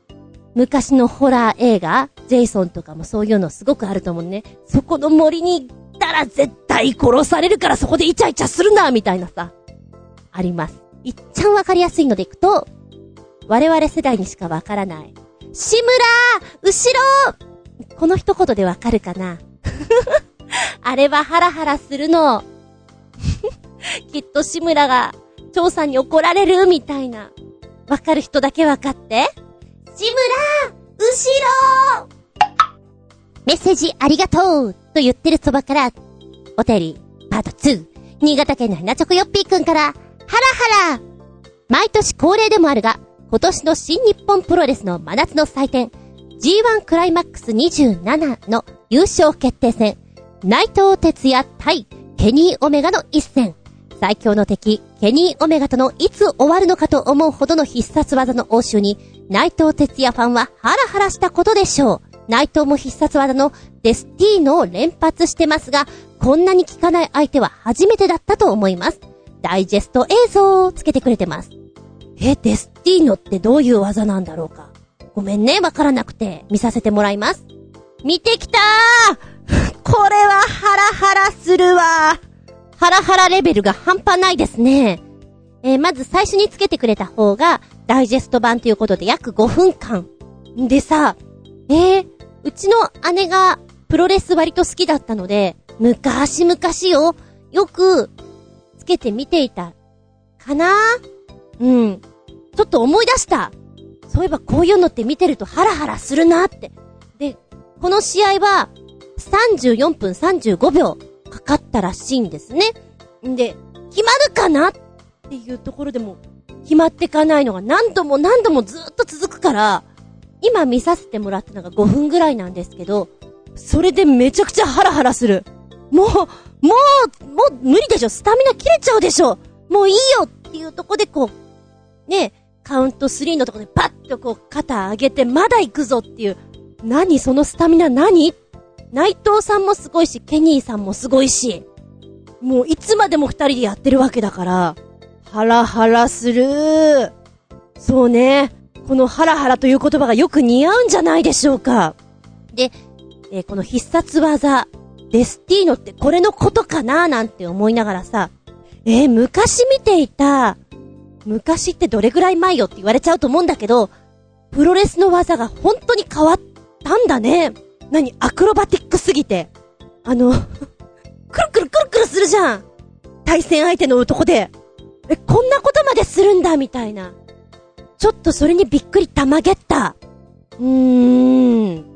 昔のホラー映画、ジェイソンとかもそういうのすごくあると思うね。そこの森に行ったら絶対殺されるからそこでイチャイチャするなみたいなさ、あります。いっちゃんわかりやすいのでいくと、我々世代にしかわからない。志村後ろこの一言でわかるかなあれはハラハラするの。きっと志村が張さんに怒られるみたいな。わかる人だけわかって。志村後ろメッセージありがとうと言ってるそばから、お便りパートツー。新潟県のひなちょこよっぴーくんから、ハラハラ毎年恒例でもあるが、今年の新日本プロレスの真夏の祭典 ジーワン クライマックスにじゅうななの優勝決定戦、内藤哲也対ケニーオメガの一戦。最強の敵ケニーオメガとのいつ終わるのかと思うほどの必殺技の応酬に、内藤哲也ファンはハラハラしたことでしょう。内藤も必殺技のデスティーノを連発してますが、こんなに効かない相手は初めてだったと思います。ダイジェスト映像をつけてくれてます。え、デスティーノってどういう技なんだろうか。ごめんね、わからなくて見させてもらいます。見てきたーこれはハラハラするわ。ハラハラレベルが半端ないですね。えー、まず最初につけてくれた方がダイジェスト版ということで約ごふんかん。でさ、えー、うちの姉がプロレス割と好きだったので、昔々よ、よくつけて見ていたかな。うん。ちょっと思い出した。そういえばこういうのって見てるとハラハラするなって。で、この試合はさんじゅうよんぷんさんじゅうごびょうかかったらしいんですね。んで、決まるかなっていうところでも決まってかないのが何度も何度もずっと続くから、今見させてもらったのがごふんぐらいなんですけど、それでめちゃくちゃハラハラする。もう、もう、もう無理でしょ。スタミナ切れちゃうでしょ。もういいよっていうとこでこう、ね、カウントスリーのとこでパッとこう肩上げてまだ行くぞっていう。何そのスタミナ何？内藤さんもすごいし、ケニーさんもすごいし。もういつまでも二人でやってるわけだから、ハラハラする。そうね。このハラハラという言葉がよく似合うんじゃないでしょうか。で、えー、この必殺技、デスティーノってこれのことかななんて思いながらさ、えー、昔見ていた、昔ってどれぐらい前よって言われちゃうと思うんだけど、プロレスの技が本当に変わったんだね。何アクロバティックすぎて。あの、くるくるくるくるするじゃん。対戦相手の男で。え、こんなことまでするんだみたいな。ちょっとそれにびっくりたまげった。うーん。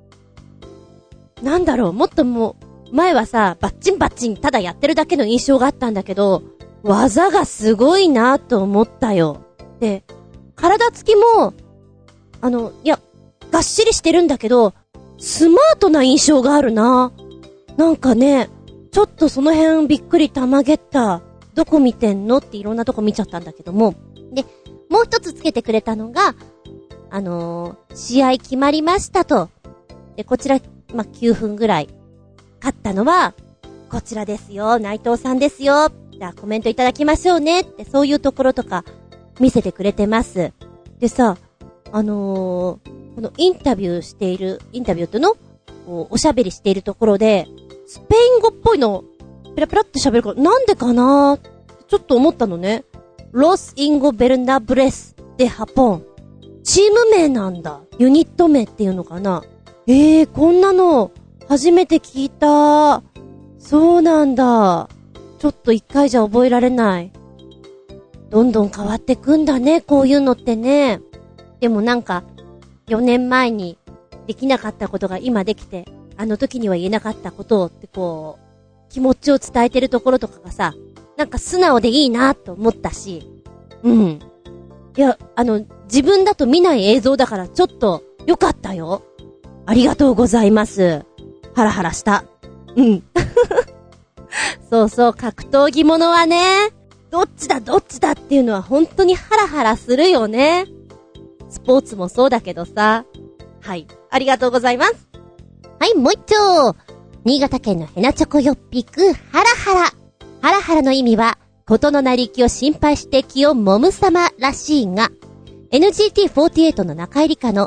なんだろう、もっともう、前はさ、バッチンバッチンただやってるだけの印象があったんだけど、技がすごいなと思ったよ。で、体つきも、あの、いや、がっしりしてるんだけど、スマートな印象があるな。なんかね、ちょっとその辺びっくりたまげった。どこ見てんのっていろんなとこ見ちゃったんだけども。で、もう一つつけてくれたのが、あのー、試合決まりましたと。で、こちら、まあ、きゅうふんぐらい。勝ったのは、こちらですよ、内藤さんですよ。じゃあコメントいただきましょうねって、そういうところとか見せてくれてます。でさ、あのー、このインタビューしている、インタビューってのこうおしゃべりしているところで、スペイン語っぽいの、ペラペラって喋るから、なんでかなーちょっと思ったのね。ロスインゴベルナブレスでハポン。チーム名なんだ。ユニット名っていうのかな。えー、こんなの、初めて聞いた。そうなんだ。ちょっと一回じゃ覚えられない。どんどん変わってくんだね、こういうのってね。でもなんか、よねんまえにできなかったことが今できて、あの時には言えなかったことをってこう、気持ちを伝えてるところとかがさ、なんか素直でいいなと思ったし、うん。いや、あの、自分だと見ない映像だからちょっと良かったよ。ありがとうございます。ハラハラした。うん。そうそう、格闘技ものはね、どっちだどっちだっていうのは本当にハラハラするよね。スポーツもそうだけどさ。はい。ありがとうございます。はい、もう一丁。新潟県のヘナチョコヨッピク、ハラハラ。ハラハラの意味は、ことの成り行きを心配して気を揉む様らしいが、エヌジーティーフォーティーエイト の中入りかの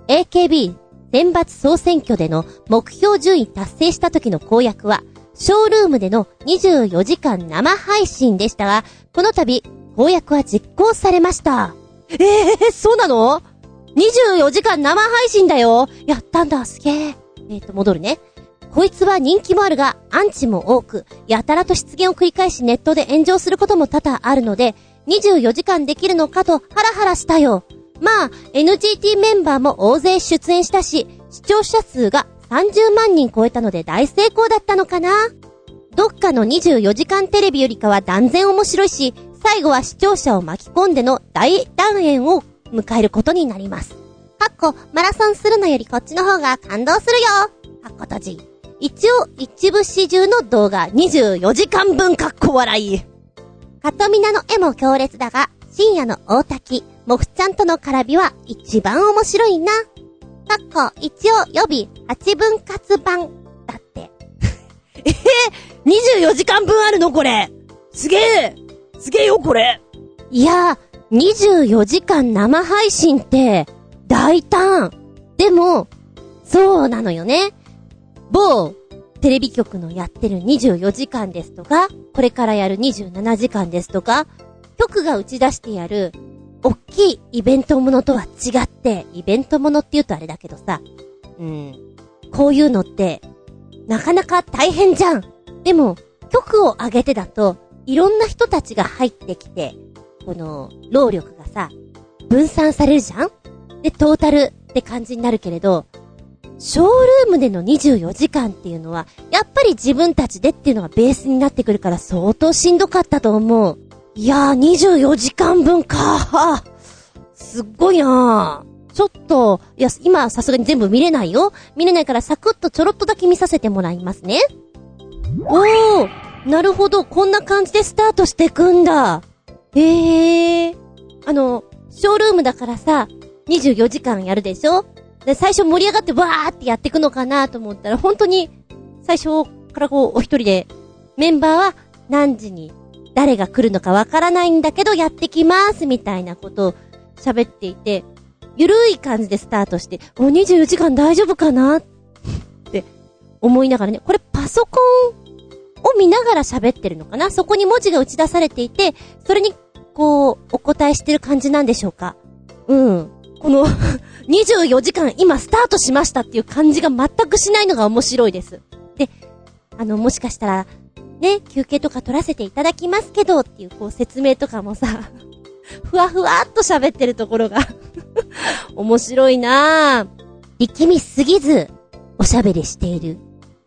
エーケービー 選抜総選挙での目標順位達成した時の公約は、ショールームでのにじゅうよじかん生配信でしたが、この度、公約は実行されました。えー、そうなの？ にじゅうよじかん生配信だよ。やったんだ、すげー。えーと、戻るね。こいつは人気もあるが、アンチも多く、やたらと失言を繰り返しネットで炎上することも多々あるので、にじゅうよじかんできるのかとハラハラしたよ。まあ、エヌジーティー メンバーも大勢出演したし、視聴者数がさんじゅうまんにん超えたので大成功だったのかな。どっかのにじゅうよじかんテレビよりかは断然面白いし、最後は視聴者を巻き込んでの大団円を迎えることになります。かっこ、マラソンするのよりこっちの方が感動するよ。かっこ閉じ。一応、一部始終の動画にじゅうよじかんぶんかっこ笑い。カトミナの絵も強烈だが、深夜の大滝、モフちゃんとの絡みは一番面白いな。かっこ、一応予備はちぶん割版だって。えー、にじゅうよじかんぶんあるのこれ。すげえすげえよこれ。いやー、にじゅうよじかん生配信って大胆。でもそうなのよね。某テレビ局のやってるにじゅうよじかんですとか、これからやるにじゅうななじかんですとか、局が打ち出してやる大きいイベントものとは違って、イベントものって言うとあれだけどさ、うん、こういうのってなかなか大変じゃん。でも局を挙げてだといろんな人たちが入ってきて、この労力がさ分散されるじゃん。でトータルって感じになるけれど、ショールームでのにじゅうよじかんっていうのはやっぱり自分たちでっていうのがベースになってくるから相当しんどかったと思う。いやー、にじゅうよじかんぶんか。すっごいなー。ちょっと、いや、今さすがに全部見れないよ。見れないからサクッとちょろっとだけ見させてもらいますね。おー、なるほど、こんな感じでスタートしてくんだ。へー。あの、ショールームだからさ、にじゅうよじかんやるでしょ？で、最初盛り上がってわーってやってくのかなと思ったら、本当に、最初からこう、お一人で、メンバーは何時に、誰が来るのかわからないんだけどやってきますみたいなことを喋っていて、ゆるい感じでスタートして、お、にじゅうよじかん大丈夫かなって思いながらね、これパソコンを見ながら喋ってるのかな。そこに文字が打ち出されていて、それにこうお答えしてる感じなんでしょうか。うん。このにじゅうよじかん今スタートしましたっていう感じが全くしないのが面白いです。で、あのもしかしたらね、休憩とか取らせていただきますけどっていうこう説明とかもさ、ふわふわっと喋ってるところが面白いなぁ。力みすぎずおしゃべりしている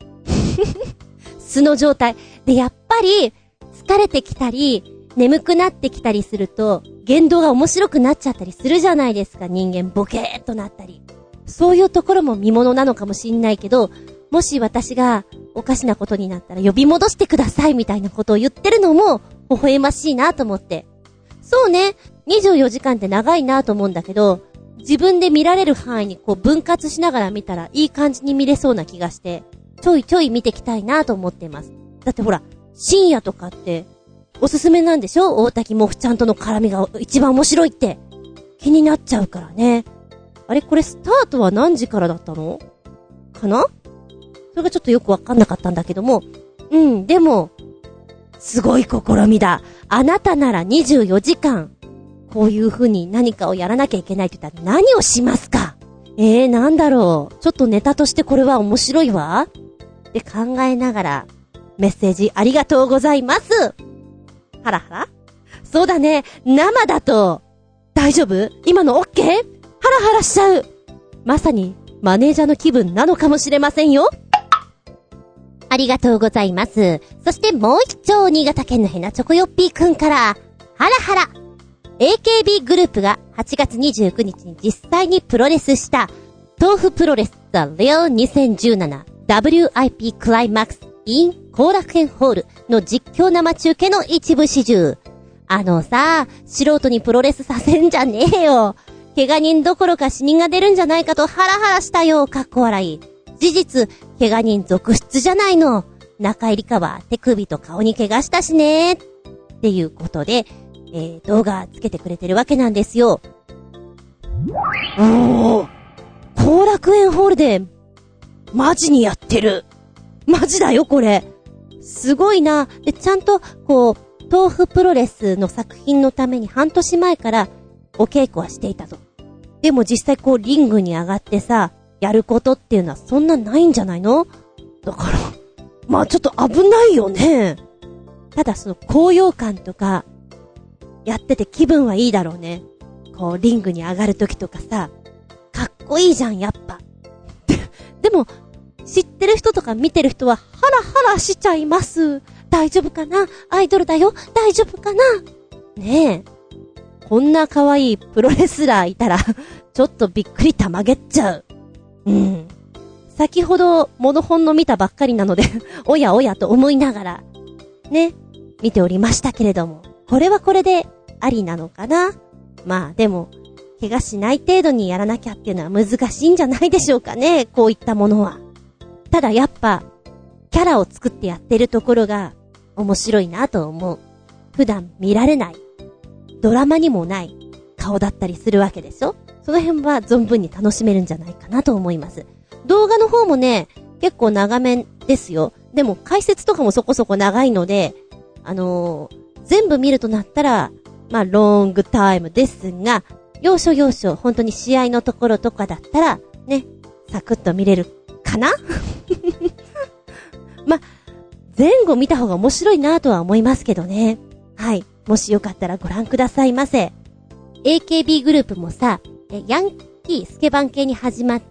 素の状態で、やっぱり疲れてきたり眠くなってきたりすると言動が面白くなっちゃったりするじゃないですか。人間ボケーっとなったり、そういうところも見物なのかもしんないけど、もし私がおかしなことになったら呼び戻してくださいみたいなことを言ってるのも微笑ましいなと思って。そうね、にじゅうよじかんって長いなと思うんだけど、自分で見られる範囲にこう分割しながら見たらいい感じに見れそうな気がして、ちょいちょい見てきたいなと思ってます。だってほら、深夜とかっておすすめなんでしょ？大滝もふちゃんとの絡みが一番面白いって気になっちゃうからね。あれ、これスタートは何時からだったのかな？それがちょっとよくわかんなかったんだけども、うん、でもすごい試みだ。あなたならにじゅうよじかんこういう風に何かをやらなきゃいけないって言ったら何をしますか？えー、なんだろう。ちょっとネタとしてこれは面白いわって考えながら、メッセージありがとうございます。ハラハラ？そうだね、生だと大丈夫？今の OK？ ハラハラしちゃう。まさにマネージャーの気分なのかもしれませんよ。ありがとうございます。そしてもう一丁、新潟県のヘナチョコヨッピーくんから、ハラハラ。エーケービー グループがはちがつにじゅうくにちに実際にプロレスした、豆腐プロレス The Real にせんじゅうなな ダブリューアイピー クライマックス in 後楽園ホールの実況生中継の一部始終。あのさ、素人にプロレスさせんじゃねえよ。怪我人どころか死人が出るんじゃないかとハラハラしたよ。かっこ笑い。事実、怪我人続出じゃないの。中井理香は手首と顔に怪我したしね。っていうことで、えー、動画つけてくれてるわけなんですよ。おー、 後楽園ホールで、マジにやってる。マジだよ、これ。すごいな。で、ちゃんと、こう、豆腐プロレスの作品のために半年前からお稽古はしていたと。でも実際こう、リングに上がってさ、やることっていうのはそんなないんじゃないの？だから、まあちょっと危ないよね。ただその高揚感とか、やってて気分はいいだろうね。こう、リングに上がるときとかさ、かっこいいじゃん、やっぱ。でも、知ってる人とか見てる人は、ハラハラしちゃいます。大丈夫かな？アイドルだよ。大丈夫かな？ねえ。こんな可愛いプロレスラーいたら、ちょっとびっくりたまげっちゃう。うん。先ほど、モノホンの見たばっかりなので、おやおやと思いながら、ね、見ておりましたけれども、これはこれで、ありなのかな？まあ、でも、怪我しない程度にやらなきゃっていうのは難しいんじゃないでしょうかね、こういったものは。ただやっぱ、キャラを作ってやってるところが、面白いなと思う。普段見られない、ドラマにもない顔だったりするわけでしょ？その辺は存分に楽しめるんじゃないかなと思います。動画の方もね、結構長めですよ。でも解説とかもそこそこ長いので、あのー、全部見るとなったら、まあ、ロングタイムですが、要所要所、本当に試合のところとかだったら、ね、サクッと見れるかなまあ、前後見た方が面白いなとは思いますけどね。はい。もしよかったらご覧くださいませ。エーケービー グループもさ、ヤンキースケバン系に始まって、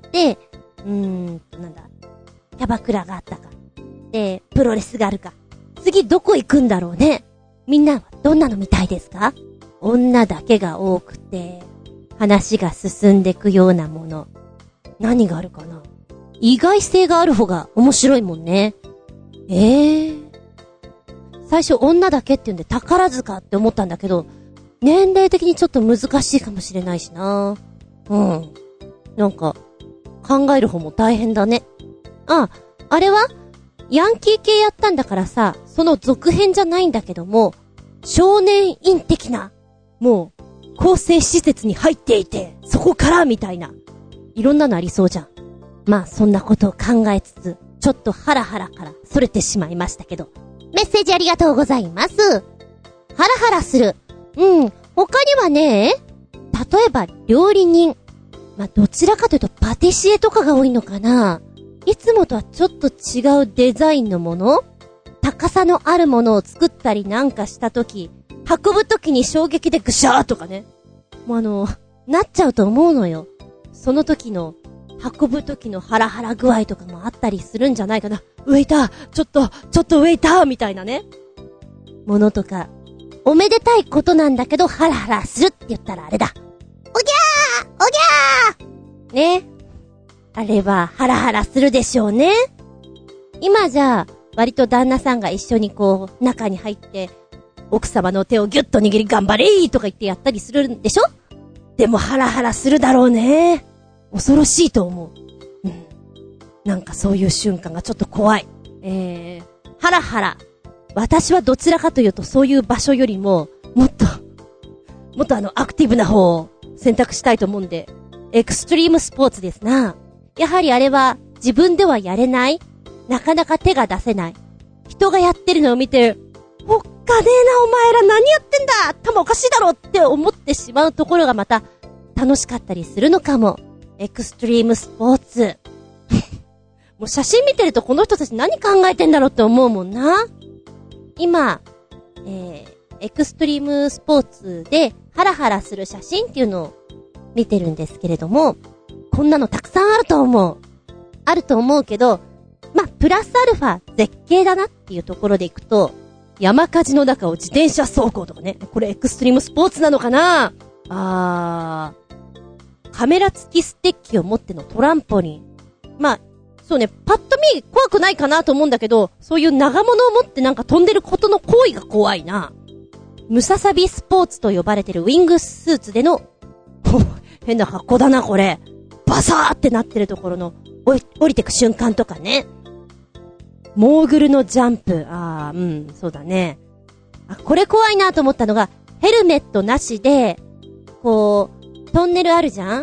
うーん、なんだ、キャバクラがあったか。で、プロレスがあるか。次どこ行くんだろうね。みんなはどんなの見たいですか？女だけが多くて、話が進んでくようなもの。何があるかな？意外性がある方が面白いもんね。ええー。最初女だけって言うんで宝塚って思ったんだけど、年齢的にちょっと難しいかもしれないしな。うん。なんか、考える方も大変だね。あ、あれはヤンキー系やったんだからさ、その続編じゃないんだけども、少年院的な、もう、更生施設に入っていて、そこからみたいな。いろんなのありそうじゃん。まあ、そんなことを考えつつ、ちょっとハラハラから逸れてしまいましたけど。メッセージありがとうございます。ハラハラする。うん。他にはね、例えば料理人。まあ、どちらかというとパティシエとかが多いのかな。いつもとはちょっと違うデザインのもの？高さのあるものを作ったりなんかしたとき、運ぶときに衝撃でグシャーとかね。もうあの、なっちゃうと思うのよ。その時の、運ぶ時のハラハラ具合とかもあったりするんじゃないかな。ウェイターちょっと、ちょっとウェイターみたいなね。ものとか、おめでたいことなんだけどハラハラするって言ったらあれだ。おぎゃーおぎゃーね。あれはハラハラするでしょうね。今じゃあ、割と旦那さんが一緒にこう、中に入って、奥様の手をギュッと握り頑張れーとか言ってやったりするんでしょ？でもハラハラするだろうね。恐ろしいと思う。うん。なんかそういう瞬間がちょっと怖い。えー、ハラハラ。私はどちらかというとそういう場所よりも、もっと、もっとあのアクティブな方を選択したいと思うんで、エクストリームスポーツですな。やはりあれは自分ではやれない。なかなか手が出せない。人がやってるのを見て、おっかねえなお前ら何やってんだ頭おかしいだろって思ってしまうところがまた楽しかったりするのかも。エクストリームスポーツ。もう写真見てるとこの人たち何考えてんだろうって思うもんな。今、えー、エクストリームスポーツでハラハラする写真っていうのを見てるんですけれども、こんなのたくさんあると思う。あると思うけど、まあ、プラスアルファ絶景だなっていうところでいくと、山火事の中を自転車走行とかね。これエクストリームスポーツなのかな？あー、カメラ付きステッキを持ってのトランポリン。まあ、そうね、パッと見怖くないかなと思うんだけど、そういう長物を持ってなんか飛んでることの行為が怖いな。ムササビスポーツと呼ばれてるウィングスーツでの、変な格好だなこれ。バサーってなってるところの降りてく瞬間とかね。モーグルのジャンプ。あー、うん、そうだね。あ、これ怖いなと思ったのが、ヘルメットなしで、こう、トンネルあるじゃん？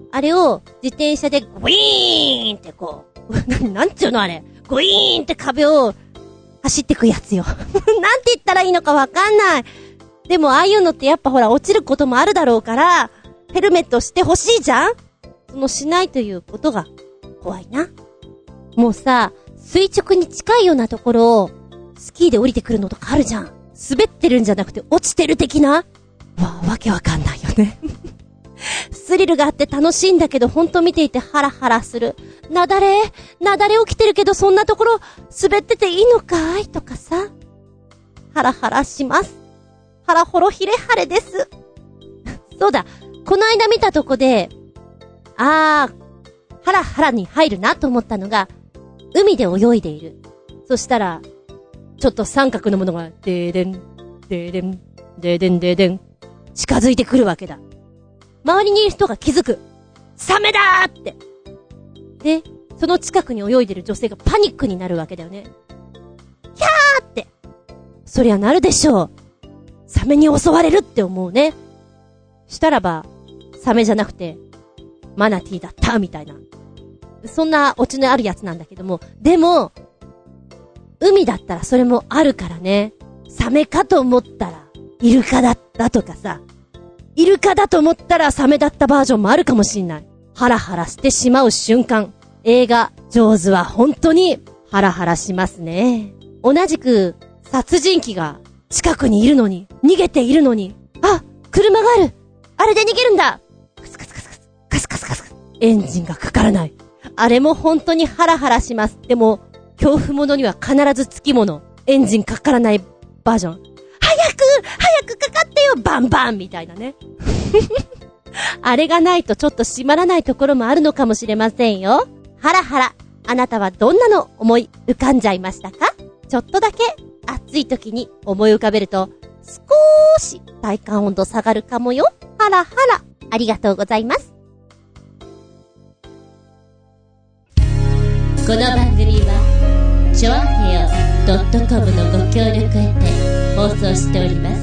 あれを自転車でグイーンってこう、な、なんちゅうのあれ。グイーンって壁を走ってくやつよ。なんて言ったらいいのかわかんない。でもああいうのってやっぱほら落ちることもあるだろうから、ヘルメットしてほしいじゃん？そのしないということが怖いな。もうさ、垂直に近いようなところをスキーで降りてくるのとかあるじゃん。滑ってるんじゃなくて落ちてる的な？わ、わけわかんないよね。スリルがあって楽しいんだけど、ほんと見ていてハラハラする。なだれ、なだれ起きてるけどそんなところ滑ってていいのかいとかさ。ハラハラします。ハラホロヒレハレです。そうだ、この間見たとこで、あー、ハラハラに入るなと思ったのが、海で泳いでいる。そしたら、ちょっと三角のものが、でーでん、でーでん、でーでんでーでん、近づいてくるわけだ。周りにいる人が気づく。サメだーって。で、その近くに泳いでる女性がパニックになるわけだよね。キャーって。そりゃなるでしょう。サメに襲われるって思うね。したらば、サメじゃなくて、マナティーだったみたいな。そんなオチのあるやつなんだけども、でも、海だったらそれもあるからね。サメかと思ったら、イルカだったとかさ。イルカだと思ったらサメだったバージョンもあるかもしんない。ハラハラしてしまう瞬間。映画、上手は本当にハラハラしますね。同じく、殺人鬼が近くにいるのに、逃げているのに、あ、車がある。あれで逃げるんだ。カスカスカスカス、カスカスカスカス。エンジンがかからない。あれも本当にハラハラします。でも、恐怖者には必ずつきもの。エンジンかからないバージョン。早く早くかかってよバンバンみたいなね。あれがないとちょっと閉まらないところもあるのかもしれませんよ。ハラハラ。あなたはどんなの思い浮かんじゃいましたか？ちょっとだけ暑い時に思い浮かべると少し体感温度下がるかもよ。ハラハラ。ありがとうございます。 この番組はチョアヘオ .com のご協力へて放送しております。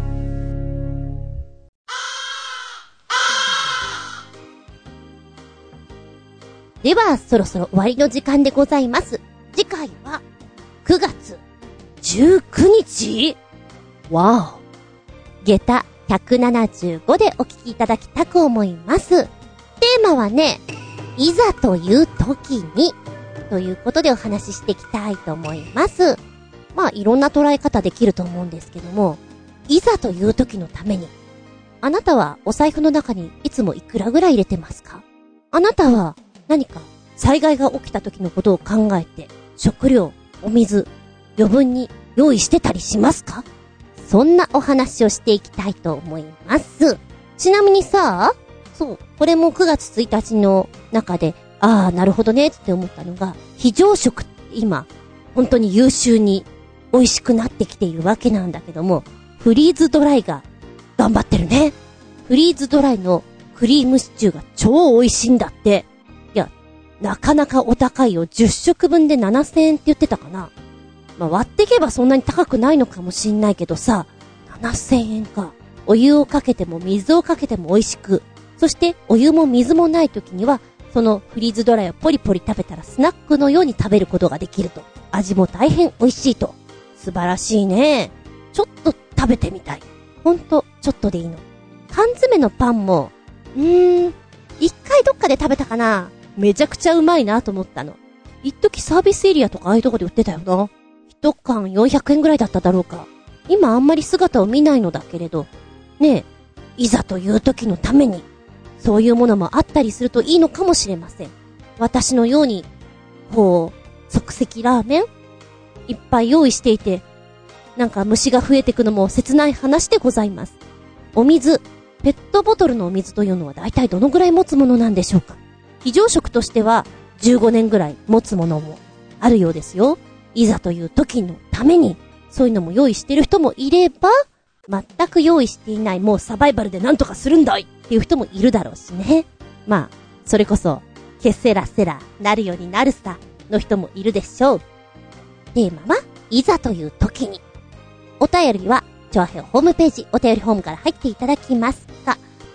ではそろそろ終わりの時間でございます。次回はくがつじゅうくにち？わお。下駄ひゃくななじゅうごでお聞きいただきたく思います。テーマはね、いざという時にということでお話ししていきたいと思います。まあいろんな捉え方できると思うんですけども、いざという時のために、あなたはお財布の中にいつもいくらぐらい入れてますか？あなたは何か災害が起きた時のことを考えて、食料、お水、余分に用意してたりしますか？そんなお話をしていきたいと思います。ちなみにさ、そう、これもくがつついたちの中で、ああ、なるほどねって思ったのが、非常食って今、本当に優秀に美味しくなってきているわけなんだけども、フリーズドライが頑張ってるね。フリーズドライのクリームシチューが超美味しいんだって。いや、なかなかお高いよ。じゅっしょくぶんでななせんえんって言ってたかな。まあ、割っていけばそんなに高くないのかもしんないけどさ、ななせんえんか。お湯をかけても水をかけても美味しく。そしてお湯も水もない時には、そのフリーズドライをポリポリ食べたらスナックのように食べることができると。味も大変美味しいと。素晴らしいね。ちょっと食べてみたい。ほんと、ちょっとでいいの。缶詰のパンも、うーん、一回どっかで食べたかな。めちゃくちゃうまいなと思ったの。一時サービスエリアとかああいうとこで売ってたよな。一缶よんひゃくえんぐらいだっただろうか。今あんまり姿を見ないのだけれど、ねえ、いざという時のために、そういうものもあったりするといいのかもしれません。私のように、こう、即席ラーメンいっぱい用意していて、なんか虫が増えてくのも切ない話でございます。お水、ペットボトルのお水というのはだいたいどのぐらい持つものなんでしょうか。非常食としてはじゅうごねんぐらい持つものもあるようですよ。いざという時のために、そういうのも用意している人もいれば、全く用意していない、もうサバイバルでなんとかするんだいっていう人もいるだろうしね。まあ、それこそ、ケセラセラ、なるようになるさ、の人もいるでしょう。テーマは、いざという時に。お便りは、チョアヘオホームページ、お便りホームから入っていただきますか、